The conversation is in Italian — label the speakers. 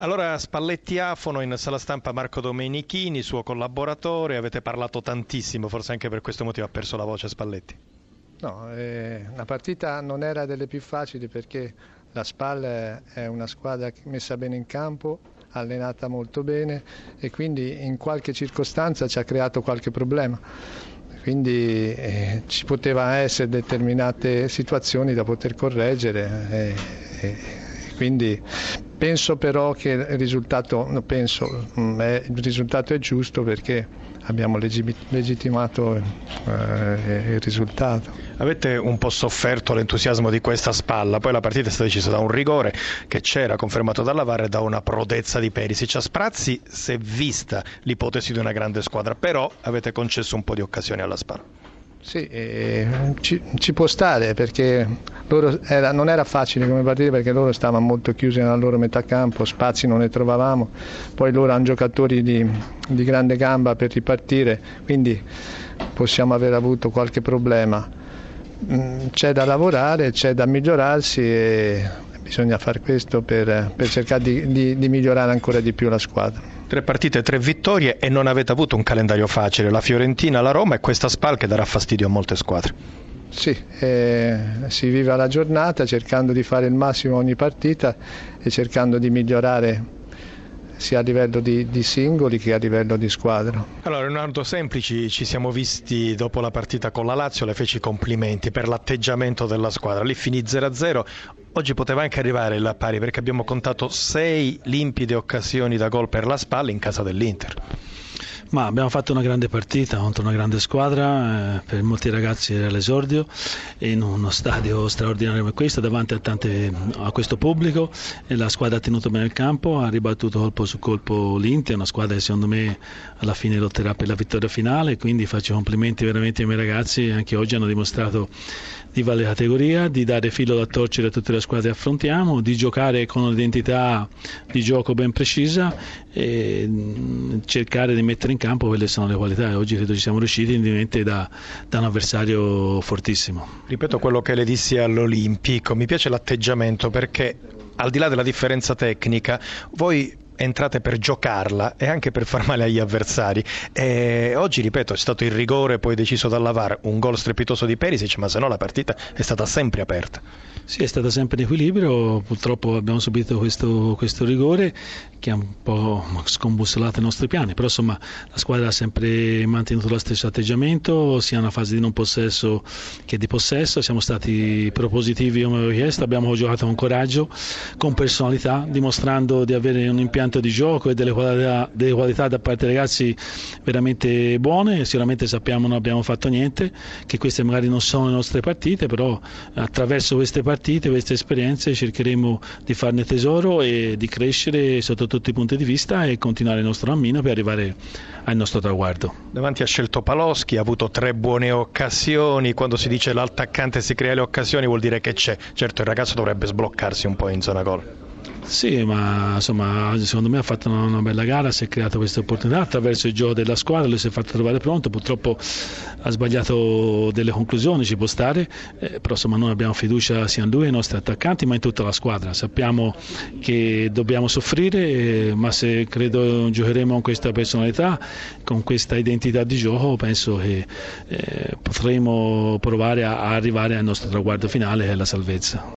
Speaker 1: Allora, Spalletti Afono in sala stampa Marco Domenichini, suo collaboratore, avete parlato tantissimo, forse anche per questo motivo ha perso la voce Spalletti.
Speaker 2: No, la partita non era delle più facili perché la SPAL è una squadra messa bene in campo, allenata molto bene e quindi in qualche circostanza ci ha creato qualche problema. Quindi ci poteva essere determinate situazioni da poter correggere quindi penso però che il risultato è giusto perché abbiamo legittimato il risultato.
Speaker 1: Avete un po' sofferto l'entusiasmo di questa spalla, poi la partita è stata decisa da un rigore che c'era, confermato dalla VAR, e da una prodezza di Perisic. A sprazzi si è vista l'ipotesi di una grande squadra, però avete concesso un po' di occasioni alla spalla.
Speaker 2: Sì, ci può stare perché non era facile come partita perché loro stavano molto chiusi nella loro metà campo, spazi non ne trovavamo, poi loro hanno giocatori di grande gamba per ripartire, quindi possiamo aver avuto qualche problema. C'è da lavorare, c'è da migliorarsi e bisogna fare questo per cercare di migliorare ancora di più la squadra.
Speaker 1: 3 partite, 3 vittorie e non avete avuto un calendario facile, la Fiorentina, la Roma e questa SPAL che darà fastidio a molte squadre.
Speaker 2: Sì, si vive alla giornata cercando di fare il massimo ogni partita e cercando di migliorare sia a livello di singoli che a livello di squadra.
Speaker 1: Allora Leonardo Semplici, ci siamo visti dopo la partita con la Lazio, le feci i complimenti per l'atteggiamento della squadra, lì finì 0-0, oggi poteva anche arrivare il pari perché abbiamo contato 6 limpide occasioni da gol per la SPAL in casa dell'Inter.
Speaker 3: Ma abbiamo fatto una grande partita contro una grande squadra, per molti ragazzi era l'esordio in uno stadio straordinario come questo, davanti a questo pubblico, e la squadra ha tenuto bene il campo, ha ribattuto colpo su colpo l'Inter, una squadra che secondo me alla fine lotterà per la vittoria finale, quindi faccio complimenti veramente ai miei ragazzi, anche oggi hanno dimostrato di valere categoria, di dare filo da torcere a tutte le squadre che affrontiamo, di giocare con un'identità di gioco ben precisa e cercare di mettere in campo quelle sono le qualità e oggi credo ci siamo riusciti indubbiamente da un avversario fortissimo.
Speaker 1: Ripeto quello che le dissi all'Olimpico, mi piace l'atteggiamento perché al di là della differenza tecnica voi entrate per giocarla e anche per far male agli avversari e oggi ripeto è stato il rigore poi deciso dalla VAR, un gol strepitoso di Perisic, ma se no la partita è stata sempre aperta.
Speaker 3: Sì, è stata sempre in equilibrio, purtroppo abbiamo subito questo rigore che ha un po' scombussolato i nostri piani, però insomma la squadra ha sempre mantenuto lo stesso atteggiamento, sia nella fase di non possesso che di possesso, siamo stati propositivi come avevo chiesto, abbiamo giocato con coraggio, con personalità, dimostrando di avere un impianto di gioco e delle qualità da parte dei ragazzi veramente buone, sicuramente sappiamo non abbiamo fatto niente, che queste magari non sono le nostre partite, però attraverso queste partite, queste esperienze cercheremo di farne tesoro e di crescere sotto tutti i punti di vista e continuare il nostro cammino per arrivare al nostro traguardo.
Speaker 1: Davanti ha scelto Paloschi, ha avuto 3 buone occasioni, quando si dice l'attaccante si crea le occasioni vuol dire che c'è, certo il ragazzo dovrebbe sbloccarsi un po' in zona gol.
Speaker 3: Sì, ma insomma secondo me ha fatto una bella gara, si è creata questa opportunità attraverso il gioco della squadra, lui si è fatto trovare pronto, purtroppo ha sbagliato delle conclusioni, ci può stare, però insomma noi abbiamo fiducia sia in lui, ai nostri attaccanti, ma in tutta la squadra, sappiamo che dobbiamo soffrire, ma se credo giocheremo con questa personalità, con questa identità di gioco, penso che potremo provare a arrivare al nostro traguardo finale che è la salvezza.